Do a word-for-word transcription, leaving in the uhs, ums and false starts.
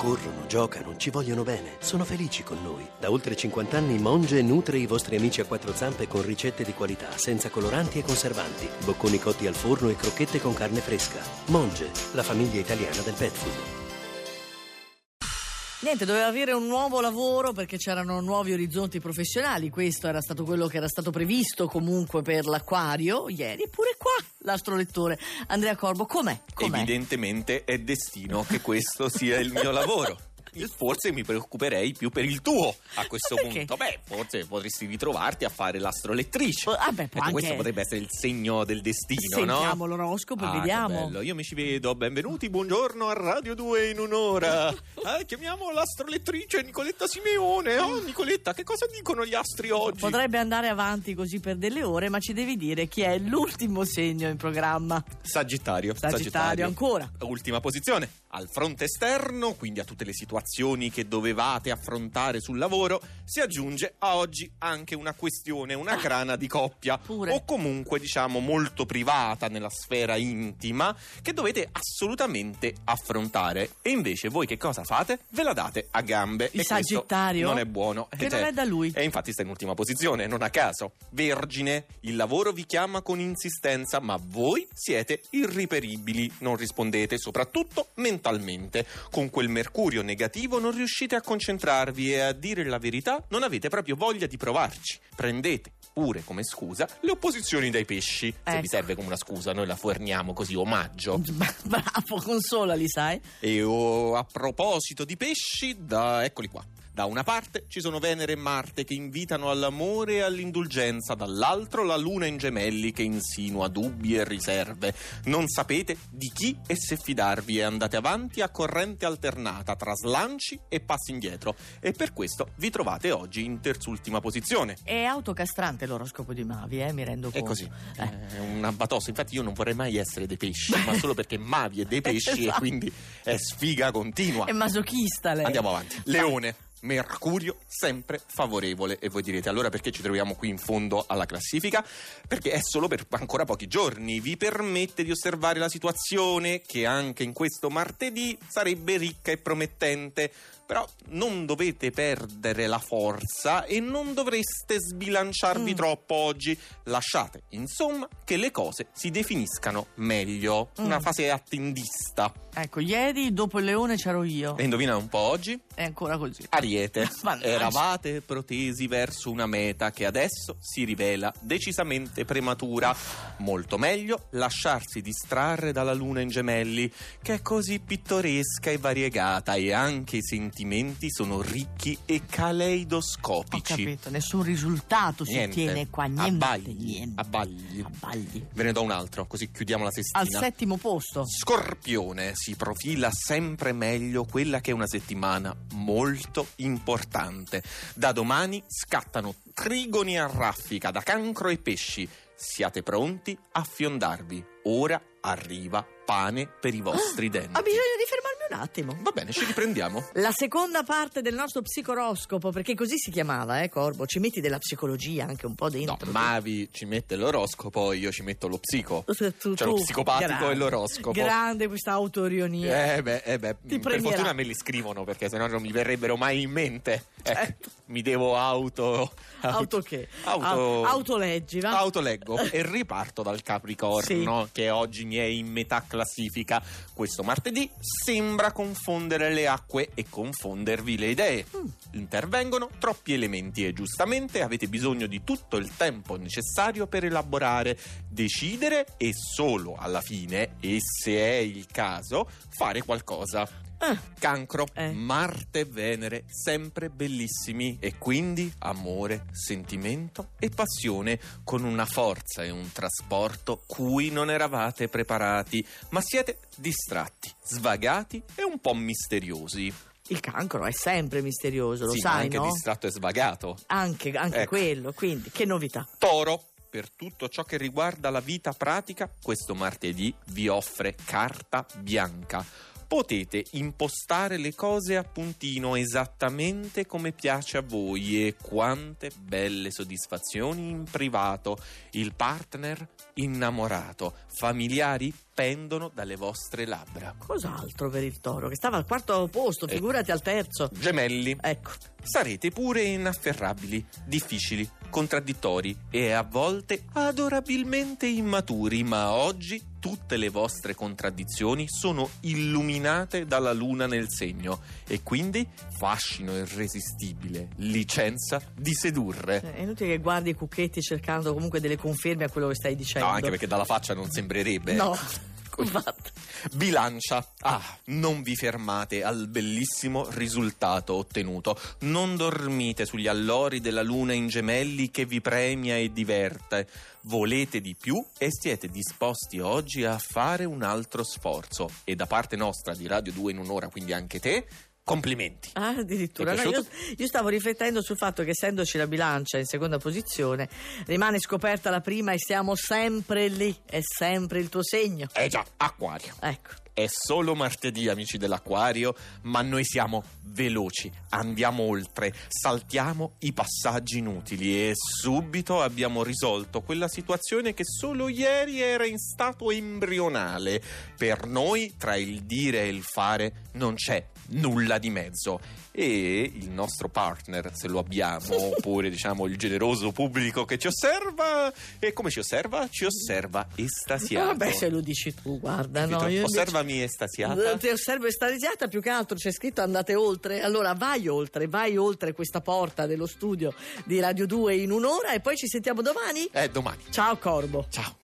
corrono, giocano, ci vogliono bene, sono felici con noi. Da oltre cinquanta anni Monge nutre i vostri amici a quattro zampe con ricette di qualità, senza coloranti e conservanti, bocconi cotti al forno e crocchette con carne fresca. Monge, la famiglia italiana del pet food. Niente, doveva avere un nuovo lavoro perché c'erano nuovi orizzonti professionali. Questo era stato quello che era stato previsto comunque per l'Acquario ieri. Eppure qua l'astrolettore Andrea Corbo, com'è? com'è? Evidentemente è destino che questo sia il mio lavoro. Forse mi preoccuperei più per il tuo a questo punto. Beh, forse potresti ritrovarti a fare l'astrolettrice. Ah, beh, ecco, anche... questo potrebbe essere il segno del destino, Sentiamo, no? Sentiamo l'oroscopo, ah, vediamo. Che bello. Io mi ci vedo. Benvenuti, buongiorno a Radio due in un'ora. Eh, chiamiamo l'astrolettrice Nicoletta Simeone. Oh, Nicoletta, che cosa dicono gli astri oggi? Potrebbe andare avanti così per delle ore, ma ci devi dire chi è l'ultimo segno in programma. Sagittario. Sagittario, Sagittario. ancora. Ultima posizione. Al fronte esterno, quindi a tutte le situazioni che dovevate affrontare sul lavoro, si aggiunge a oggi anche una questione, una grana di coppia. Pure. O comunque diciamo molto privata nella sfera intima che dovete assolutamente affrontare. E invece voi che cosa fate? Ve la date a gambe. Il e Sagittario non è buono. che non è da lui. E infatti sta in ultima posizione, non a caso. Vergine, il lavoro vi chiama con insistenza, ma voi siete irriperibili, non rispondete, soprattutto mentalmente. Con quel mercurio negativo non riuscite a concentrarvi e, a dire la verità, non avete proprio voglia di provarci. Prendete pure come scusa le opposizioni dai pesci. Se ecco. vi serve come una scusa, noi la forniamo così, omaggio. Bravo, consolali, sai. E oh, a proposito di pesci, da eccoli qua. Da una parte ci sono Venere e Marte che invitano all'amore e all'indulgenza, dall'altro la Luna in Gemelli che insinua dubbi e riserve. Non sapete di chi e se fidarvi e andate avanti a corrente alternata tra slanci e passi indietro. E per questo vi trovate oggi in terzultima posizione. È autocastrante l'oroscopo di Mavi, eh, mi rendo conto. È così, eh. è una batossa. Infatti io non vorrei mai essere dei pesci, ma solo perché Mavi è dei pesci esatto. E quindi è sfiga continua. È masochista lei. Andiamo avanti. Leone. Mercurio sempre favorevole. E voi direte allora perché ci troviamo qui in fondo alla classifica? Perché è solo per ancora pochi giorni, vi permette di osservare la situazione che anche in questo martedì sarebbe ricca e promettente. Però non dovete perdere la forza e non dovreste sbilanciarvi mm. troppo oggi. Lasciate, insomma, che le cose si definiscano meglio. Mm. Una fase attendista. Ecco, ieri dopo il leone c'ero io. E indovina un po' oggi? È ancora così. Ariete. Eravate protesi verso una meta che adesso si rivela decisamente prematura. Molto meglio lasciarsi distrarre dalla Luna in Gemelli, che è così pittoresca e variegata, e anche i sentimenti sono ricchi e caleidoscopici. Ho capito, nessun risultato niente. si ottiene qua, niente. Abbagli. niente. Abbagli. Abbagli. Ve ne do un altro, così chiudiamo la sestina. Al settimo posto. Scorpione, si profila sempre meglio quella che è una settimana molto importante. Da domani scattano trigoni a raffica da Cancro e Pesci. Siate pronti a fiondarvi. Ora arriva pane per i vostri denti. Ho bisogno di fermarmi un attimo. Va bene, ci riprendiamo. La seconda parte del nostro psicoroscopo, perché così si chiamava, eh Corbo? Ci metti della psicologia anche un po' dentro. No, Mavi ci mette l'oroscopo, io ci metto lo psico. Tu, tu, cioè lo psicopatico grande, e l'oroscopo. Grande questa autoironia. Eh beh, eh beh Ti per fortuna me li scrivono, perché sennò non mi verrebbero mai in mente. Eh, certo. Mi devo auto... Auto che? Auto... Autoleggi, va? Autoleggo e riparto dal Capricorno, sì. Che oggi mi è in metà classifica. Questo martedì sembra confondere le acque e confondervi le idee. Mm. Intervengono troppi elementi e giustamente avete bisogno di tutto il tempo necessario per elaborare, decidere e solo alla fine, e se è il caso, fare qualcosa. Ah, Cancro, eh. Marte e Venere sempre bellissimi, e quindi amore, sentimento e passione con una forza e un trasporto cui non eravate preparati, ma siete distratti, svagati e un po' misteriosi. Il Cancro è sempre misterioso, lo sì, sai, ma anche no? distratto e svagato. Anche, anche ecco. quello, quindi che novità. Toro, per tutto ciò che riguarda la vita pratica, questo martedì vi offre carta bianca. Potete impostare le cose a puntino esattamente come piace a voi, e quante belle soddisfazioni in privato, il partner innamorato, familiari pendono dalle vostre labbra. Cos'altro per il Toro, che stava al quarto posto, figurati al terzo. Gemelli. Ecco. Sarete pure inafferrabili, difficili, contraddittori e a volte adorabilmente immaturi, ma oggi tutte le vostre contraddizioni sono illuminate dalla luna nel segno e quindi fascino irresistibile, licenza di sedurre. È inutile che guardi i cucchetti cercando comunque delle conferme a quello che stai dicendo. No, anche perché dalla faccia non sembrerebbe. No. Infatti. Bilancia. Ah, non vi fermate al bellissimo risultato ottenuto. Non dormite sugli allori della luna in Gemelli che vi premia e diverte. Volete di più e siete disposti oggi a fare un altro sforzo. E da parte nostra di Radio due in un'ora, quindi anche te, complimenti. Ah, addirittura. No, io, io stavo riflettendo sul fatto che, essendoci la Bilancia in seconda posizione, rimane scoperta la prima e siamo sempre lì. È sempre il tuo segno. Eh già, Acquario. Ecco. È solo martedì, amici dell'Acquario, ma noi siamo veloci, andiamo oltre, saltiamo i passaggi inutili e subito abbiamo risolto quella situazione che solo ieri era in stato embrionale. Per noi, tra il dire e il fare, non c'è nulla di mezzo. E il nostro partner, se lo abbiamo, oppure diciamo il generoso pubblico che ci osserva, e come ci osserva? Ci osserva estasiato. Vabbè, se lo dici tu, guarda, no, io osservami invece... estasiata. Ti osservo estasiata, più che altro c'è scritto andate oltre. Allora vai oltre, vai oltre questa porta dello studio di Radio due in un'ora e poi ci sentiamo domani? Eh, domani. Ciao Corbo. Ciao.